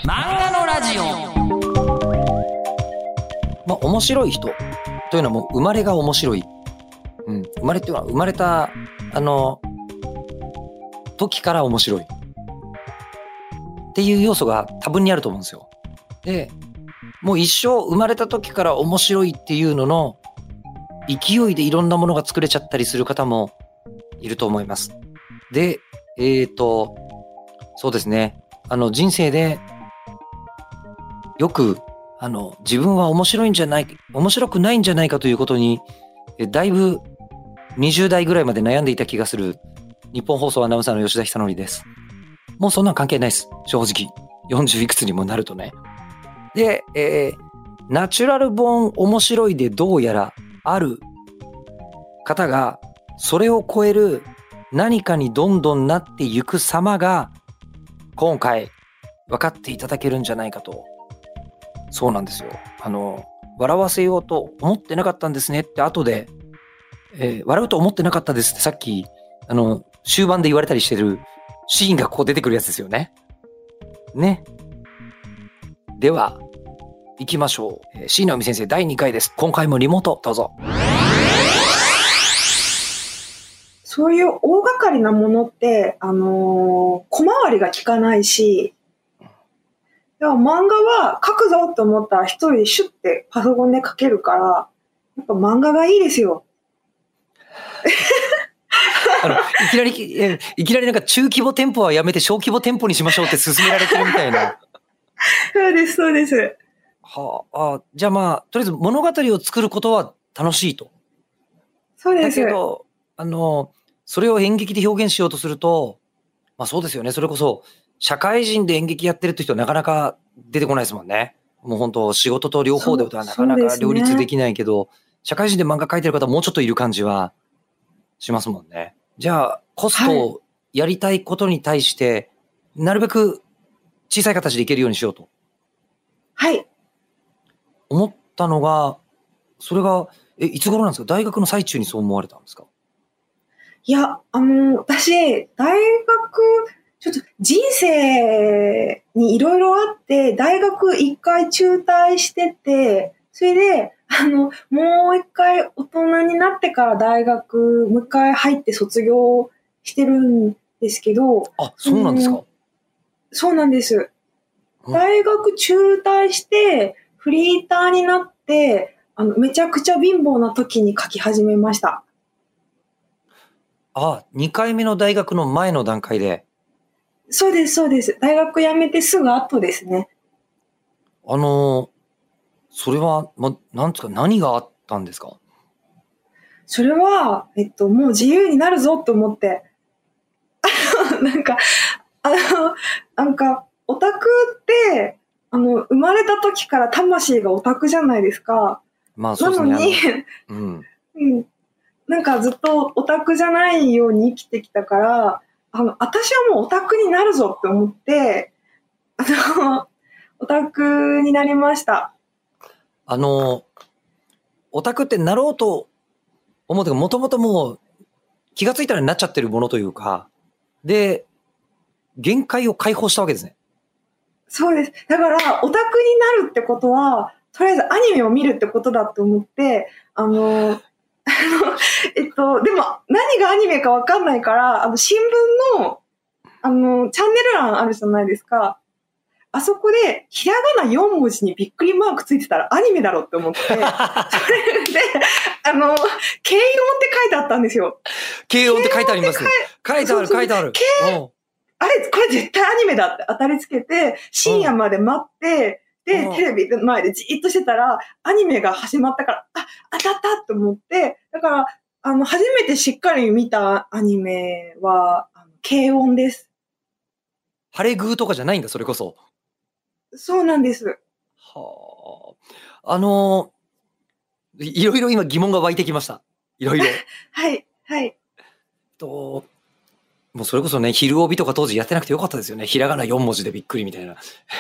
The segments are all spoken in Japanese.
漫画のラジオ。 面白い人というのはもう生まれが面白い、生まれっていうのは生まれた時から面白いっていう要素が多分にあると思うんですよ。でもう一生生まれた時から面白いっていうのの勢いでいろんなものが作れちゃったりする方もいると思います。でそうですね、人生でよく自分は面白くないんじゃないかということにだいぶ20代ぐらいまで悩んでいた気がする日本放送アナウンサーの吉田久典です。もうそんなん関係ないです、正直。40いくつにもなるとね。で、ナチュラルボーン面白いでどうやらある方がそれを超える何かにどんどんなっていく様が今回分かっていただけるんじゃないかと。そうなんですよ。笑わせようと思ってなかったんですねって後で、笑うと思ってなかったですってさっき終盤で言われたりしてるシーンがこう出てくるやつですよね。ね。では行きましょう。椎名海先生第2回です。今回もリモートどうぞ。 そういう大掛かりなものって小回りが利かないし、でも漫画は書くぞと思ったら一人でシュッてパソコンで書けるから、やっぱ漫画がいいですよ。 いきなりなんか中規模店舗はやめて小規模店舗にしましょうって勧められてるみたいな。 そうですそうです。 じゃあとりあえず物語を作ることは楽しいと。 そうです。 だけどそれを演劇で表現しようとすると、そうですよね。それこそ社会人で演劇やってるって人はなかなか出てこないですもんね。もう本当仕事と両方ではなかなか両立できないけど、社会人で漫画描いてる方はもうちょっといる感じはしますもんね。じゃあコストをやりたいことに対してなるべく小さい形でいけるようにしようと。 はい。 思ったのが、それがいつ頃なんですか？大学の最中にそう思われたんですか？ いや、私、大学、ちょっと人生にいろいろあって、大学一回中退してて、それで、もう一回大人になってから大学、もう一回入って卒業してるんですけど。 そうなんですか？ そうなんです。大学中退して、フリーターになって、めちゃくちゃ貧乏な時に書き始めました。 2回目の大学の前の段階で。 そうですそうです。大学辞めてすぐ後ですね。 それはなんですか、何があったんですか？ それはもう自由になるぞと思ってなんかオタクって生まれた時から魂がオタクじゃないですか。 そうですね。 なのになんかずっとオタクじゃないように生きてきたから、私はもうオタクになるぞって思ってオタクになりました。 オタクってなろうと思うと、もともともう気がついたらなっちゃってるものというかで、限界を解放したわけですね。そうです。 だからオタクになるってことはとりあえずアニメを見るってことだと思ってでも何がアニメか分かんないから新聞のチャンネル欄あるじゃないですか。あそこでひらがな4文字にびっくりマークついてたらアニメだろって思ってそれで軽音って書いてあったんですよ。 軽音って書いてあります。書いてある。 あれこれ絶対アニメだって当たりつけて深夜まで待ってでテレビの前でじーっとしてたらアニメが始まったから当たったと思って、だから初めてしっかり見たアニメは軽音です。 ハレグーとかじゃないんだ、それこそ。そうなんです。いろいろ今疑問が湧いてきました。いろいろ。 はいはい。 もうそれこそね、昼帯とか当時やってなくてよかったですよね。ひらがな4文字でびっくりみたいな。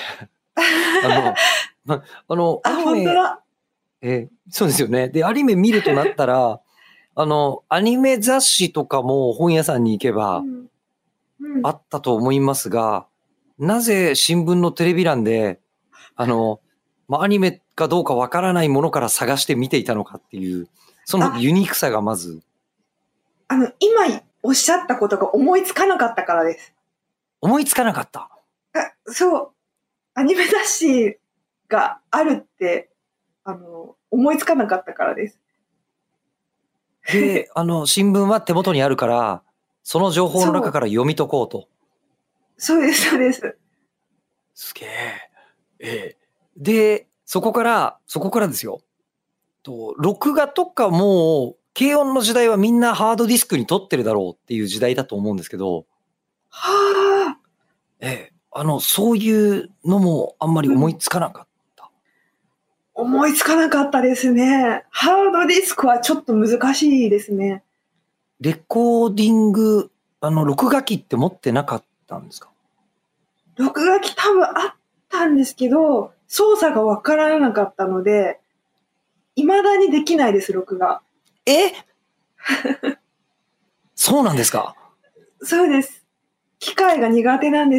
アニメ、本当だ。そうですよね。で、アニメ見るとなったら、アニメ雑誌とかも本屋さんに行けばあったと思いますが、 なぜ新聞のテレビ欄で、アニメかどうかわからないものから探して見ていたのかっていう、そのユニークさがまず。 今おっしゃったことが思いつかなかったからです。 思いつかなかった。 そう。アニメ雑誌があるって、思いつかなかったからです。 で、新聞は手元にあるから、その情報の中から読み解こうと。 そうです、そうです。 すげえ。で、そこからですよ。録画とかもう、軽音の時代はみんなハードディスクに撮ってるだろうっていう時代だと思うんですけど。 はあ。そういうのもあんまり思いつかなかった。 思いつかなかったですね。ハードディスクはちょっと難しいですね。 レコーディング、録画機って持ってなかったんですか？ 録画機多分あったんですけど、操作がわからなかったので、未だにできないです、録画。 そうなんですか？ そうです。機械が苦手なんです。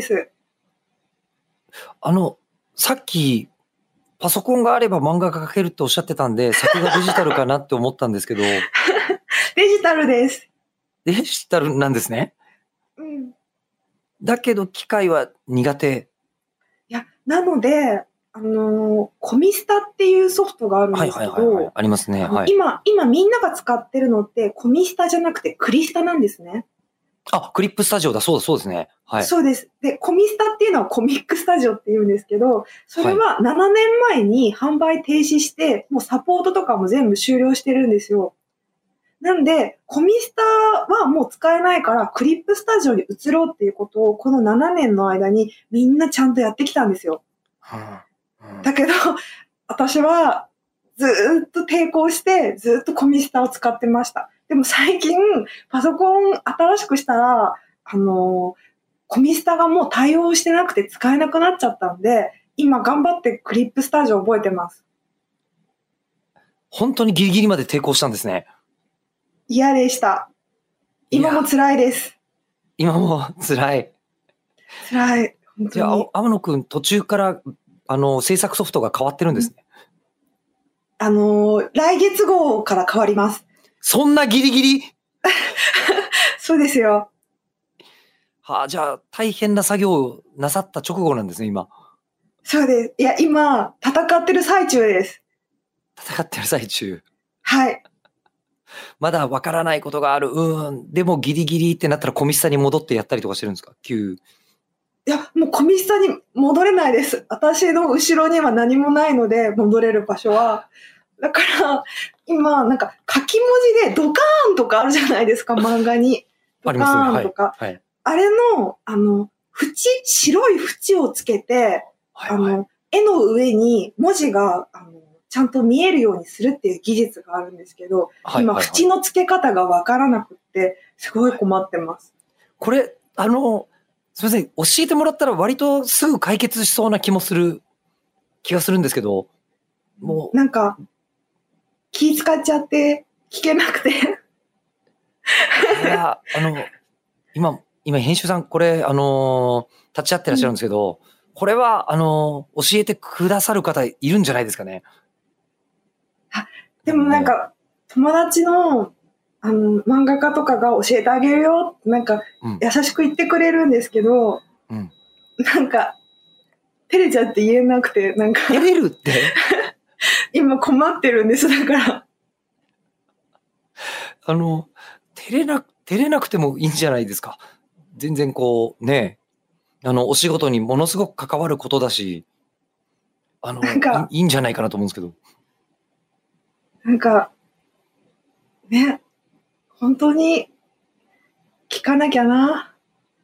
さっき、パソコンがあれば漫画が描けるっておっしゃってたんで、作画デジタルかなって思ったんですけど。デジタルです。 デジタルなんですね。 うん。 だけど機械は苦手。 いや、なので、コミスタっていうソフトがあるんですけど、 ありますね。はい。 今みんなが使ってるのってコミスタじゃなくてクリスタなんですね。 クリップスタジオだ。そうですね。はい。 そうです。で、コミスタっていうのはコミックスタジオって言うんですけど、それは7年前に販売停止して、もうサポートとかも全部終了してるんですよ。なんで、コミスタはもう使えないから、クリップスタジオに移ろうっていうことを、この7年の間にみんなちゃんとやってきたんですよ。だけど、私はずーっと抵抗して、ずーっとコミスタを使ってました。でも最近、パソコン新しくしたら、コミスタがもう対応してなくて使えなくなっちゃったんで、今頑張ってクリップスタジオ覚えてます。 本当にギリギリまで抵抗したんですね。 嫌でした。今も辛いです。 今も辛い。 辛い。本当に。 じゃあ、天野くん途中から、制作ソフトが変わってるんですね。 来月号から変わります。 そんなギリギリそうですよ。 じゃあ、大変な作業をなさった直後なんですね、今。 そうです。いや、今、戦ってる最中です。 戦ってる最中。 はい。 まだわからないことがある。でもギリギリってなったらコミスタに戻ってやったりとかしてるんですか？ いや、もうコミスタに戻れないです。私の後ろには何もないので、戻れる場所は。だから、今、なんか書き文字でドカーンとかあるじゃないですか、漫画に。ドカーンとか。 はいはい、 あれの、白い縁をつけて、絵の上に文字が、ちゃんと見えるようにするっていう技術があるんですけど、今、縁の付け方がわからなくって、すごい困ってます。 これ、すみません、教えてもらったら割とすぐ解決しそうな気がするんですけど、 もう。なんか、気使っちゃって聞けなくて。いや、今編集さん、これ、立ち会ってらっしゃるんですけど、これは、教えてくださる方いるんじゃないですかね。 でもなんか、友達の、漫画家とかが教えてあげるよ、なんか、優しく言ってくれるんですけど、なんか、照れちゃって言えなくて、なんか。 照れるって今困ってるんです、だから。 照れなくてもいいんじゃないですか。全然こう、ね、お仕事にものすごく関わることだし、いいんじゃないかなと思うんですけど。 なんか、ね、本当に、聞かなきゃな。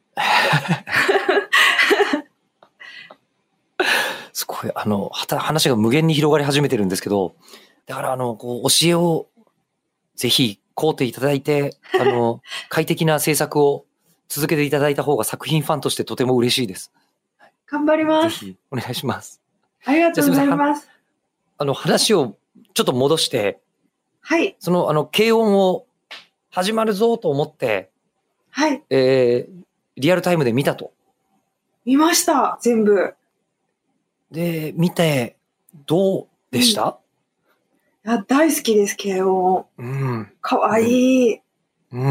すごい、話が無限に広がり始めてるんですけど、だから、教えを、ぜひ、請うていただいて、快適な制作を続けていただいた方が作品ファンとしてとても嬉しいです。 頑張ります。 ぜひ、お願いします。 ありがとうございます。 話をちょっと戻して、 はい。 その、軽音を始まるぞと思って、 はい。 リアルタイムで見たと。 見ました、全部。 で、見て、どうでした？ いや、大好きです、慶応。 うん。 かわいい。 うん。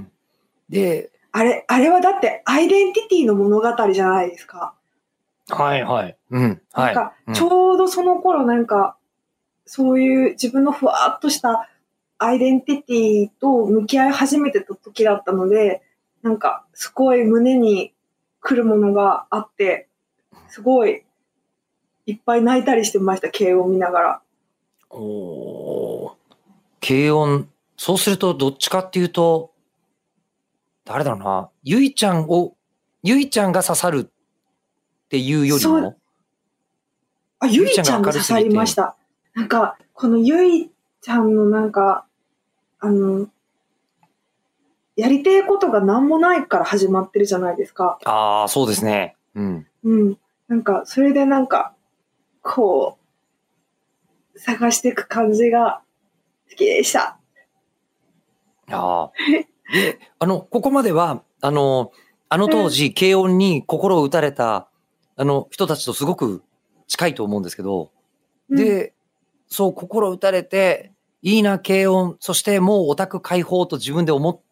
で、 あれはだってアイデンティティの物語じゃないですか。 はいはい。うん。はい。 なんか、ちうん。 ょうどその頃なんか、そういう自分のふわっとしたアイデンティティと向き合い始めてた時だったので、なんか、すごい胸に来るものがあって、すごいいっぱい泣いたりしてました、慶応を見ながら。 おー。軽音。そうすると、どっちかっていうと、誰だろうな。ゆいちゃんが刺さるっていうよりそう、 も、 ゆゆいちゃんいちゃんがが明る刺さりましすぎて、 た。なんか、このゆいちゃんのなんか、あの、やりてえことが何もないから始まってるじゃないですか。 ああ、そうですね。うん。 うん。なんか、それでなんか、こう、探していく感じが好きでした。 ああ。で、ここまでは、あの当時、軽音に心を打たれた、人たちとすごく近いと思うんですけど、 うん、 で、そう心打たれて、いいな、軽音、そしてもうオタク解放と自分で思って、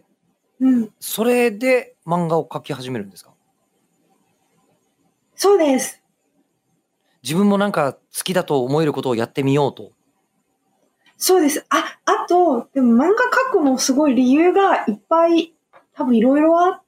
うん。 それで漫画を描き始めるんですか？ そうです。 自分もなんか好きだと思えることをやってみようと。 そうです。あと、でも漫画描くのすごい理由がいっぱい、多分いろいろあって、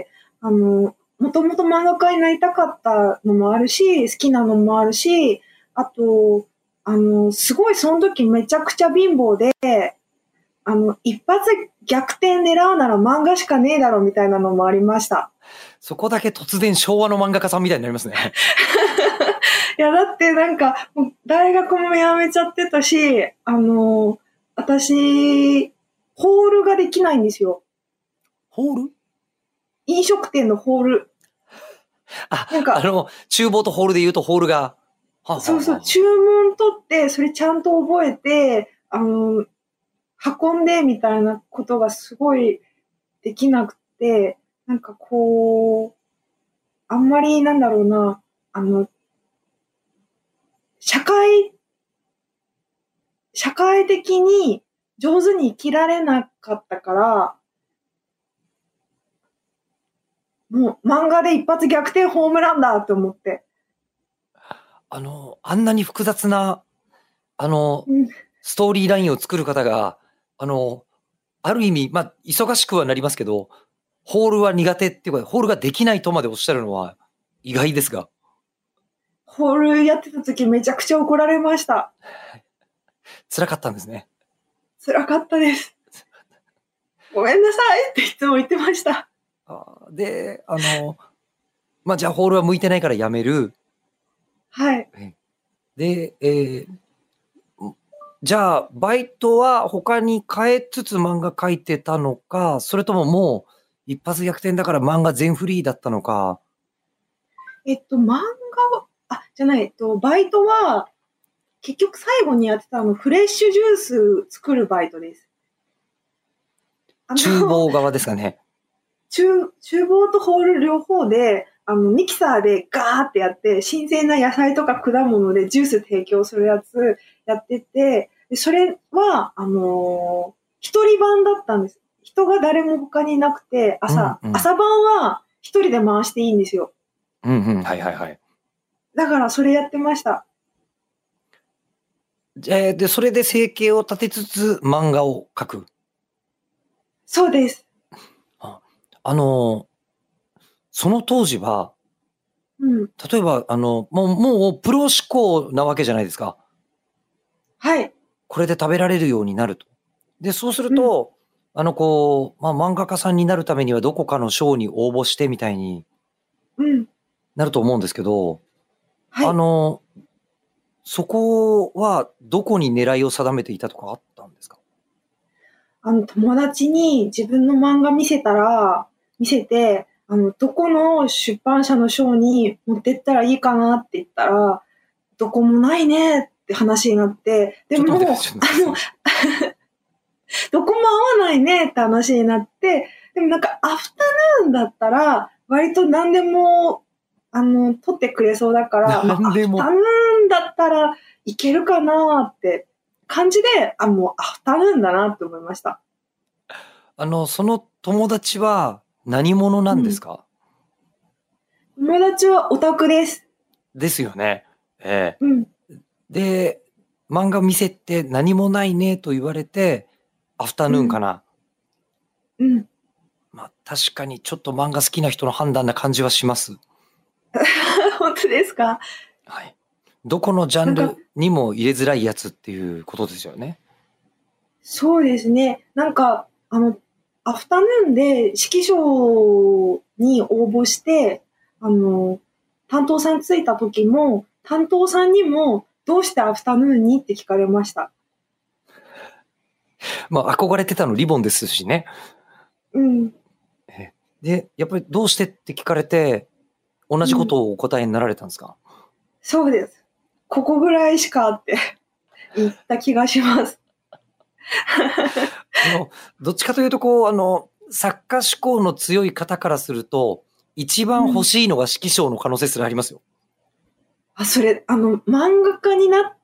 もともと漫画家になりたかったのもあるし、好きなのもあるし、あと、すごいその時めちゃくちゃ貧乏で、一発逆転狙うなら漫画しかねえだろみたいなのもありました。 そこだけ突然昭和の漫画家さんみたいになりますね。 いや、だってなんか、もう大学も辞めちゃってたし、私、ホールができないんですよ。 ホール？ 飲食店のホール。 あ、 なんか、 厨房とホールで言うとホールが、はあ、はそうそう、 あは注文取って、それちゃんと覚えて、運んでみたいなことがすごいできなくて、なんかこう、あんまりなんだろうな、あの、社会、社会的に上手に生きられなかったから、もう漫画で一発逆転ホームランだって思って。 あんなに複雑な、あの、 うん、 ストーリーラインを作る方が、ある意味、まあ、忙しくはなりますけど、ホールは苦手っていうか、ホールができないとまでおっしゃるのは意外ですが。 ホールやってた時めちゃくちゃ怒られました。 辛かったんですね。 辛かったです。ごめんなさいっていつも言ってました。 で、まあ、じゃあホールは向いてないからやめる。 はい。 で、じゃあ、バイトは他に変えつつ漫画描いてたのか、それとももう一発逆転だから漫画全フリーだったのか。 漫画は、じゃない、バイトは、結局最後にやってたフレッシュジュース作るバイトです。 厨房側ですかね。 厨房とホール両方で、ミキサーでガーってやって、新鮮な野菜とか果物でジュース提供するやつやってて、でそれは、一人番だったんです。人が誰も他にいなくて、 うんうん。 朝晩は一人で回していいんですよ。 うんうん。はいはいはい。 だからそれやってました。 で、それで生計を立てつつ漫画を描く。 そうです。 ああの、その当時は、 うん。 例えば、もうプロ志向なわけじゃないですか。 はい。 これで食べられるようになると。で、そうするうん。 と、まあ、漫画家さんになるためにはどこかの賞に応募してみたいにうん。 なると思うんですけど、 はい。 あの、そこはどこに狙いを定めていたとかあったんですか？ 友達に自分の漫画見せて、どこの出版社の賞に持ってったらいいかなって言ったら、どこもないねって話になって、でも、 ちょっと待ってください。ちょっと待ってください。 どこも合わないねって話になって、でもなんかアフタヌーンだったら、 割と何でも、取ってくれそうだから、 何でもアフタヌーンだったらいけるかなって感じで、もうアフタヌーンだなって思いました。 その友達は何者なんですか？ 友達はオタクです。 ですよね。えうん。 え。で、漫画見せて何もないねと言われて、アフタヌーンかな。 うん。 まあ、確かにちょっと漫画好きな人の判断な感じはします。 本当ですか？ はい。どこのジャなんか、 ンルにも入れづらいやつっていうことですよね。 そうですね。アフタヌーンで指揮賞に応募して、あの、担当さんついた時も、担当さんにも、どうしてアフタヌーンにって聞かれました。 まあ、憧れてたのリボンですしね。 うん。 で、やっぱりどうしてって聞かれて、同じこうん。 とをお答えになられたんですか？ そうです。ここぐらいしかって言った気がします。 あの、どっちかというと、作家志向の強い方からすると、一番欲うん。 しいのが指揮賞の可能性すらありますよ。 それ、漫画家になって、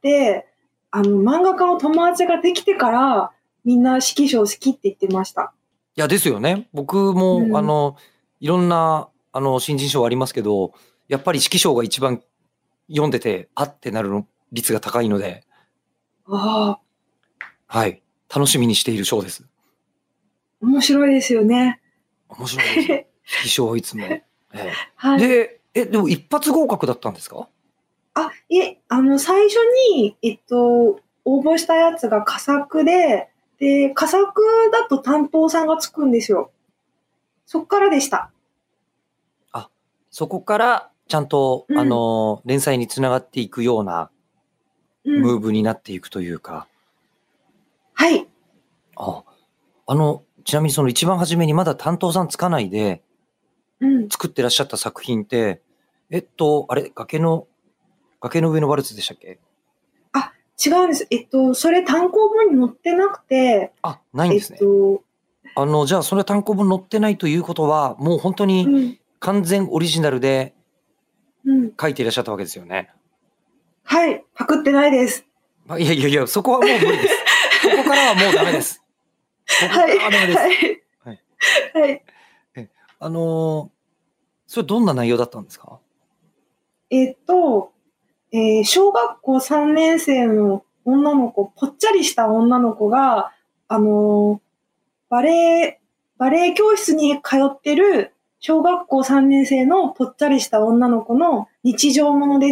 漫画家の友達ができてから、みんな指揮賞好きって言ってました。 いや、ですよね。僕も、 うん。 いろんな、新人賞ありますけど、やっぱり指揮賞が一番読んでて、あってなるの率が高いので、 ああ、 はい。楽しみにしている賞です。 面白いですよね。 面白いですよ。指揮賞いつも。ええ。 はい。 で、でも一発合格だったんですか？ いえ、最初に、応募したやつが佳作で、佳作だと担当さんがつくんですよ。そっからでした。 あ、そこからちゃんと、 うん、 連載につながっていくようなうん。 ムーブになっていくというか。 はい。 あ、ちなみにその一番初めにまだ担当さんつかないでうん。 作ってらっしゃった作品って、あれ、崖の上のワルツでしたっけ？ 違うんです。それ単行本に載ってなくて、 あ、ないんえですね。 っと、 じゃあそれ単行本載ってないということは、もう本当にうん、 完全オリジナルでうん。 書いていらっしゃったわけですよね。 はい、パクってないです。 いやいやいや、そこはもう無理です。ここからはもうダメです。ここはい、 からはダメです。 はい、 はい。 はい。 え、それどんな内容だったんですか？ えっと、小学校3年生の女の子、ぽっちゃりした女の子が、あの、バレエ、バレエ教室に通ってる小学校3年生のぽっちゃりした女の子の日常ものです。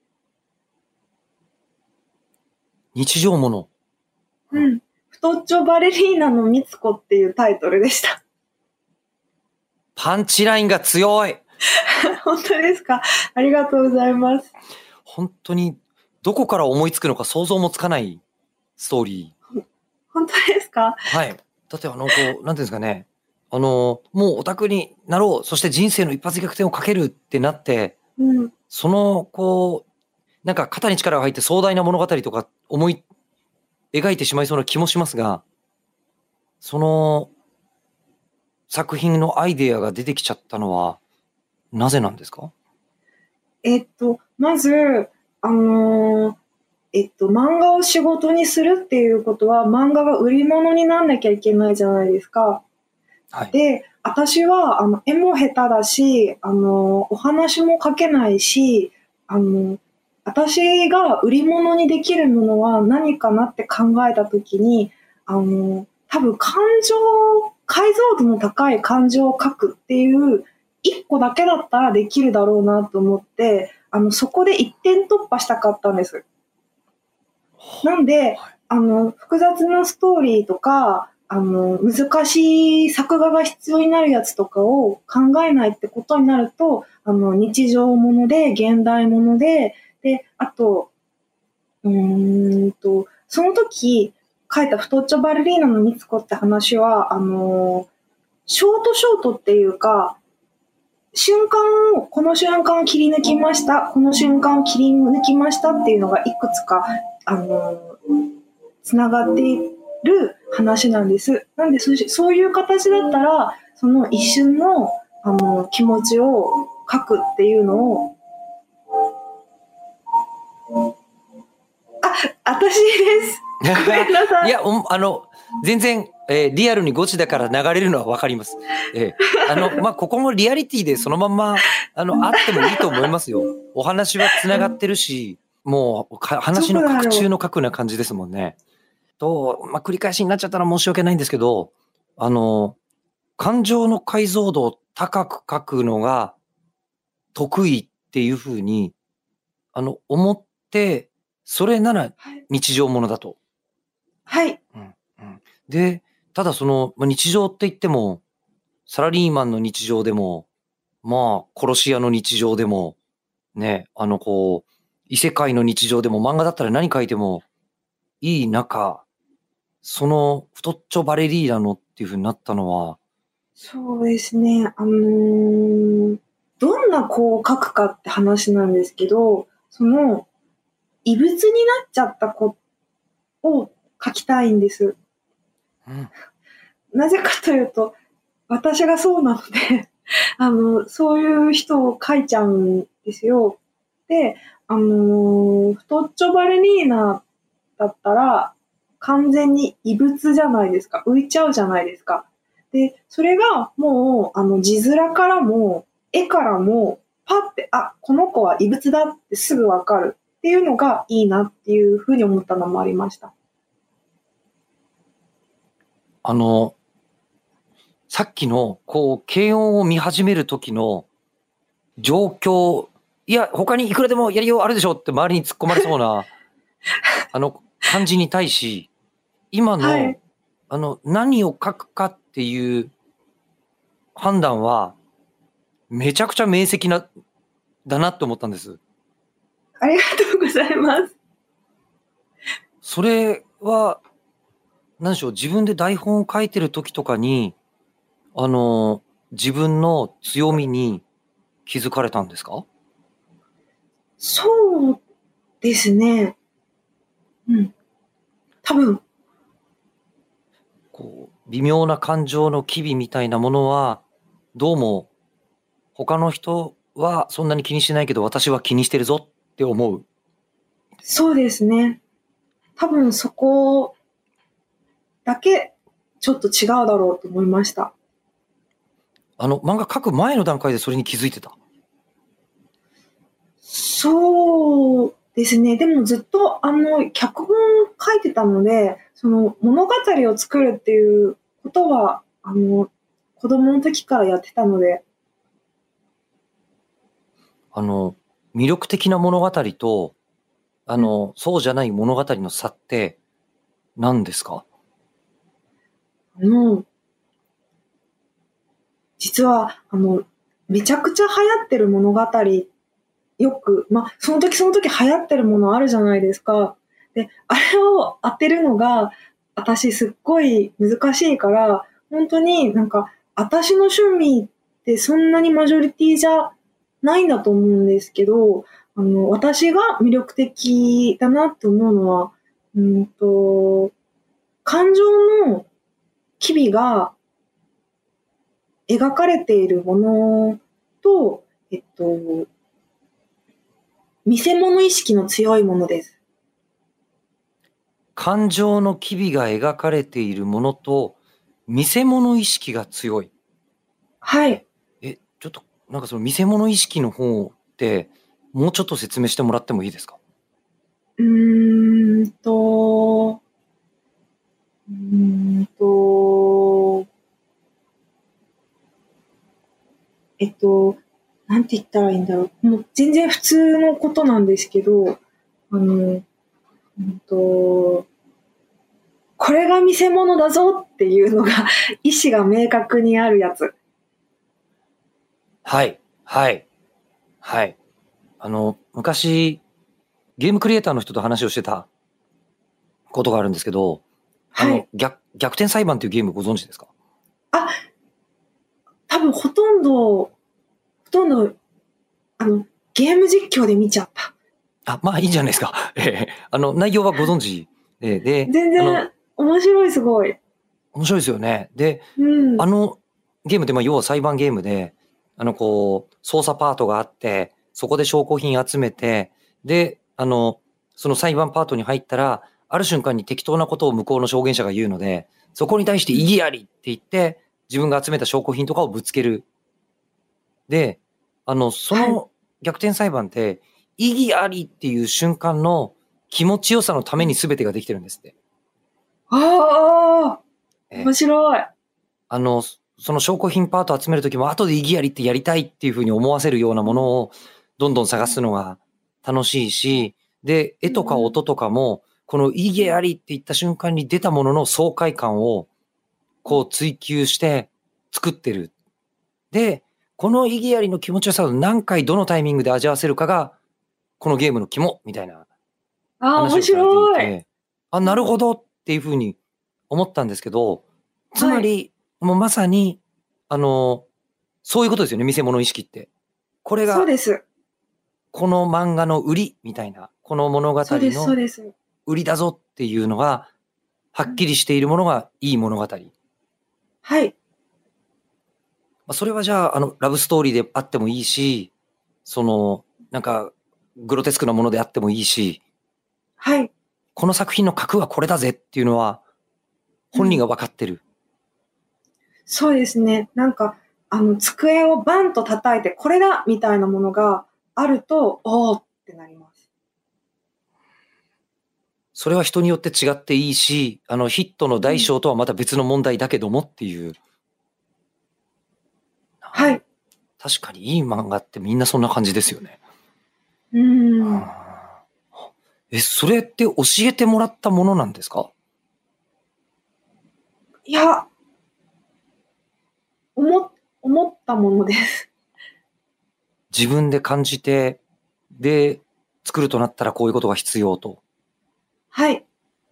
日常もの。 うん。太っちょバレリーナのみつこっていうタイトルでした。 パンチラインが強い。 本当ですか？ありがとうございます。 本当に、どこから思いつくのか想像もつかないストーリー。 本当ですか？ はい。だってなんていうんですかね。もうオタクになろう。そして人生の一発逆転をかけるってなって、 うん。 その、なんか肩に力が入って壮大な物語とか思い描いてしまいそうな気もしますが、その作品のアイデアが出てきちゃったのは、なぜなんですか？ まず、漫画を仕事にするっていうことは、漫画が売り物になんなきゃいけないじゃないですか。 はい。 で、私は、絵も下手だし、お話も書けないし、あの、私が売り物にできるものは何かなって考えたときに、多分解像度の高い感情を書くっていう一個だけだったらできるだろうなと思って、そこで一点突破したかったんです。なんで、 はい。 複雑なストーリーとか、難しい作画が必要になるやつとかを考えないってことになると、日常もので、現代もので、あと、その時書いた太っちょバレリーナのみつこって話は、ショートっていうか、この瞬間を切り抜きました、この瞬間を切り抜きましたっていうのがいくつか、あの、つながっている話なんです。なんでそういう形だったら、その一瞬の、 気持ちを書くっていうのを、私です。ごめんなさい。 いや、全然、リアルにゴチだから流れるのはわかります。ここもリアリティでそのまんま、あってもいいと思いますよ。お話はつながってるし、もう、話の核中の核な感じですもんね。繰り返しになっちゃったら申し訳ないんですけど、感情の解像度を高く書くのが得意っていうふうに、思って、それなら日常ものだと。 はい。 で、ただ日常って言っても、サラリーマンの日常でも、殺し屋の日常でも、ね、異世界の日常でも、漫画だったら何書いてもいい中、太っちょバレリーナのっていう風になったのは。 そうですね。どんな子を書くかって話なんですけど、異物になっちゃった子を書きたいんです。なぜかというと、私がそうなので、そういう人を書いちゃうんですよ。で、太っちょバレリーナだったら、完全に異物じゃないですか。浮いちゃうじゃないですか。で、それがもう、字面からも、絵からも、パッて、この子は異物だってすぐわかるっていうのがいいなっていうふうに思ったのもありました。 さっきの、軽音を見始める時の状況、いや、他にいくらでもやりようあるでしょって周りに突っ込まれそうな、感じに対し、今の、はい、何を書くかっていう判断は、めちゃくちゃ明晰だなって思ったんです。 ありがとうございます。 それは、何でしょう、自分で台本を書いてる時とかに、自分の強みに気づかれたんですか？ そうですね。多分。 微妙な感情の機微みたいなものは、どうも、他の人はそんなに気にしないけど、私は気にしてるぞって思う。 そうですね。多分そこだけ、ちょっと違うだろうと思いました。 漫画描く前の段階でそれに気づいてた？ そうですね。でもずっと脚本を書いてたので、物語を作るっていうことは、子供の時からやってたので。 魅力的な物語と、そうじゃない物語の差って何ですか？ 実は、めちゃくちゃ流行ってる物語、よく、その時流行ってるものあるじゃないですか。で、あれを当てるのが、私すっごい難しいから、本当に私の趣味ってそんなにマジョリティじゃないんだと思うんですけど、私が魅力的だなって思うのは、感情の機微が描かれているものと、見せ物意識の強いものです。 感情の機微が描かれているものと、見せ物意識が強い。 はい。 ちょっと、その見せ物意識の方って、もうちょっと説明してもらってもいいですか？ なんて言ったらいいんだろう。もう全然普通のことなんですけど、これが見せ物だぞっていうのが意思が明確にあるやつ。 はい、はい、はい。昔、ゲームクリエイターの人と話をしてたことがあるんですけど、 はい、 逆転裁判っていうゲームご存知ですか？ 多分ほとんど、ゲーム実況で見ちゃった。 いいんじゃないですか。内容はご存知で、 全然面白い、すごい。 面白いですよね。で、ゲームって要は裁判ゲームで、 こう、捜査パートがあって、そこで証拠品集めて、で、その裁判パートに入ったら、ある瞬間に適当なことを向こうの証言者が言うので、そこに対して異議ありって言って、自分が集めた証拠品とかをぶつける。で、その逆転裁判って、異議ありっていう瞬間の気持ちよさのために全てができてるんですって。 ああ、面白い。 その証拠品パート集めるときも後で異議ありってやりたいっていうふうに思わせるようなものをどんどん探すのが楽しいし、で、絵とか音とかも、この異議ありって言った瞬間に出たものの爽快感をこう追求して作ってる。で、この異議ありの気持ちよさを何回どのタイミングで味わわせるかが、このゲームの肝みたいな話をされていて、なるほどっていうふうに思ったんですけど、つまり、もうまさに、そういうことですよね、見せ物意識って。これが、 そうです。 この漫画の売りみたいな、この物語の売りだぞっていうのが、はっきりしているものがいい物語。 はい。 それはじゃあ、ラブストーリーであってもいいし、なんか、グロテスクなものであってもいいし、 はい。 この作品の核はこれだぜっていうのは、本人が分かってる。 そうですね。なんか、机をバンと叩いて、これだみたいなものがあると、おーってなります。 それは人によって違っていいし、ヒットの大小とはまた別の問題だけどもっていう。 はい。 確かにいい漫画ってみんなそんな感じですよね。それって教えてもらったものなんですか？ いや、思ったものです。 自分で感じて、で、作るとなったらこういうことが必要と。 はい。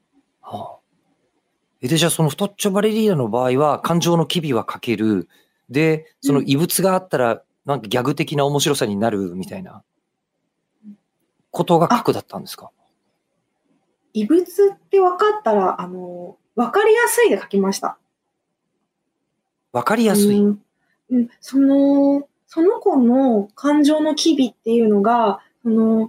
で、じゃあその太っちょバレリーナの場合は、感情の機微は書ける。で、その異物があったら、なんかギャグ的な面白さになるみたいなことが核だったんですか？ 異物って分かったら、分かりやすいで書きました。 分かりやすい？ その子の感情の機微っていうのが、例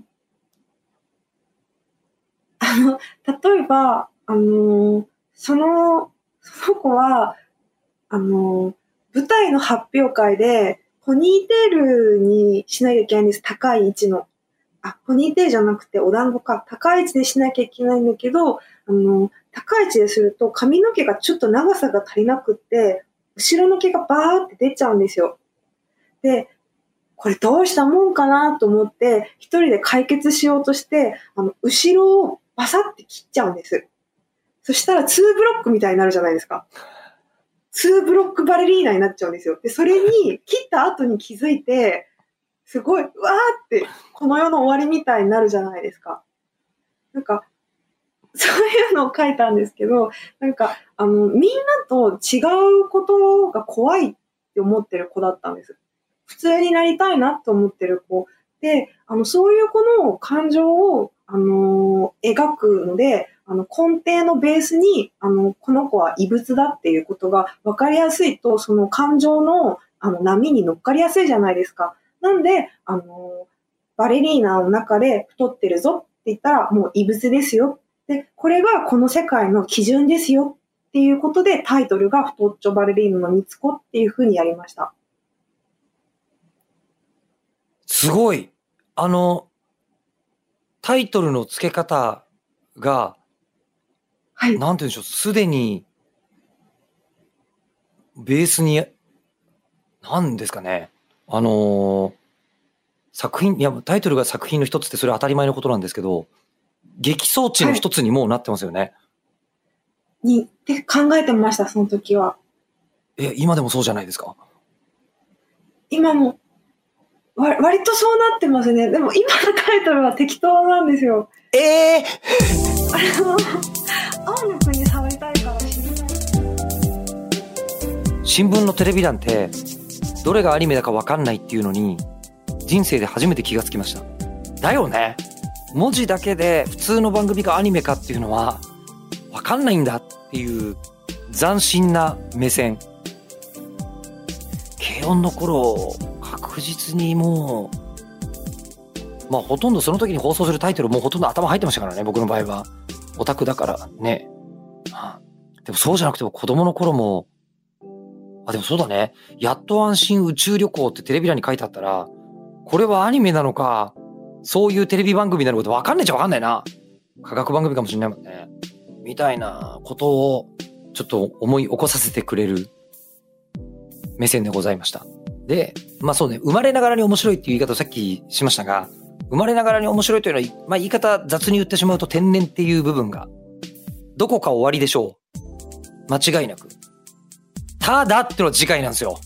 えば、その子は、舞台の発表会で、ポニーテールにしなきゃいけないんです。高い位置の。ポニーテールじゃなくてお団子か。高い位置でしなきゃいけないんだけど、高い位置ですると髪の毛がちょっと長さが足りなくって、後ろの毛がバーって出ちゃうんですよ。で、これどうしたもんかなと思って、一人で解決しようとして、後ろをバサって切っちゃうんです。そしたら2ブロックみたいになるじゃないですか。2ブロックバレリーナになっちゃうんですよ。で、それに切った後に気づいて、すごい、わーって、この世の終わりみたいになるじゃないですか。なんか、そういうのを書いたんですけど、なんか、みんなと違うことが怖いって思ってる子だったんです。普通になりたいなと思ってる子。で、そういう子の感情を、描くので、根底のベースに、この子は異物だっていうことが分かりやすいと、その感情の、波に乗っかりやすいじゃないですか。なんで、バレリーナの中で太ってるぞって言ったら、もう異物ですよ。で、これがこの世界の基準ですよっていうことで、タイトルが太っちょバレリーナのみつこっていう風にやりました。 すごい。タイトルの付け方が、 はい。 なんて言うんでしょう、すでに、ベースに、なんですかね。作品、いや、タイトルが作品の一つってそれは当たり前のことなんですけど、激装置の一つにもうなってますよね。 って考えてました、その時は。 今でもそうじゃないですか。 今も、割とそうなってますね。でも今のタイトルは適当なんですよ。青の国触りたいから死ぬ。 新聞のテレビ欄ってどれがアニメだか分かんないっていうのに人生で初めて気がつきました。だよね。文字だけで普通の番組がアニメかっていうのは分かんないんだっていう斬新な目線。軽音の頃確実にもう、まあほとんどその時に放送するタイトルもうほとんど頭入ってましたからね、僕の場合は。オタクだからね。でもそうじゃなくても子供の頃も、でもそうだね。やっと安心宇宙旅行ってテレビ欄に書いてあったら、これはアニメなのか、そういうテレビ番組なのかわかんないっちゃわかんないな。科学番組かもしれないもんね。みたいなことをちょっと思い起こさせてくれる目線でございました。で、まあそうね、生まれながらに面白いっていう言い方をさっきしましたが、生まれながらに面白いというのは、まあ言い方雑に言ってしまうと天然っていう部分が、どこか終わりでしょう。間違いなく。ただってのは次回なんですよ。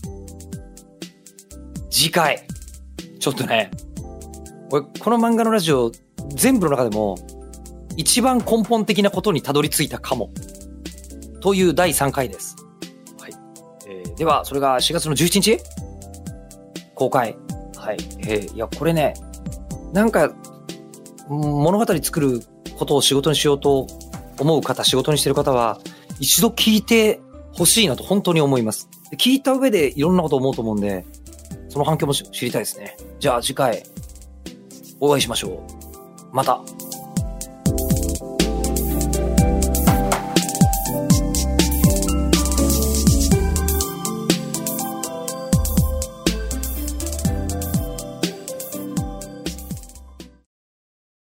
次回。ちょっとね、俺、この漫画のラジオ、全部の中でも、一番根本的なことにたどり着いたかも。という第3回です。はい。では、それが4月の11日公開。はい。いや、これね、なんか、物語作ることを仕事にしようと思う方、仕事にしてる方は、一度聞いてほしいなと本当に思います。聞いた上でいろんなこと思うと思うんで、その反響も知りたいですね。じゃあ次回、お会いしましょう。また。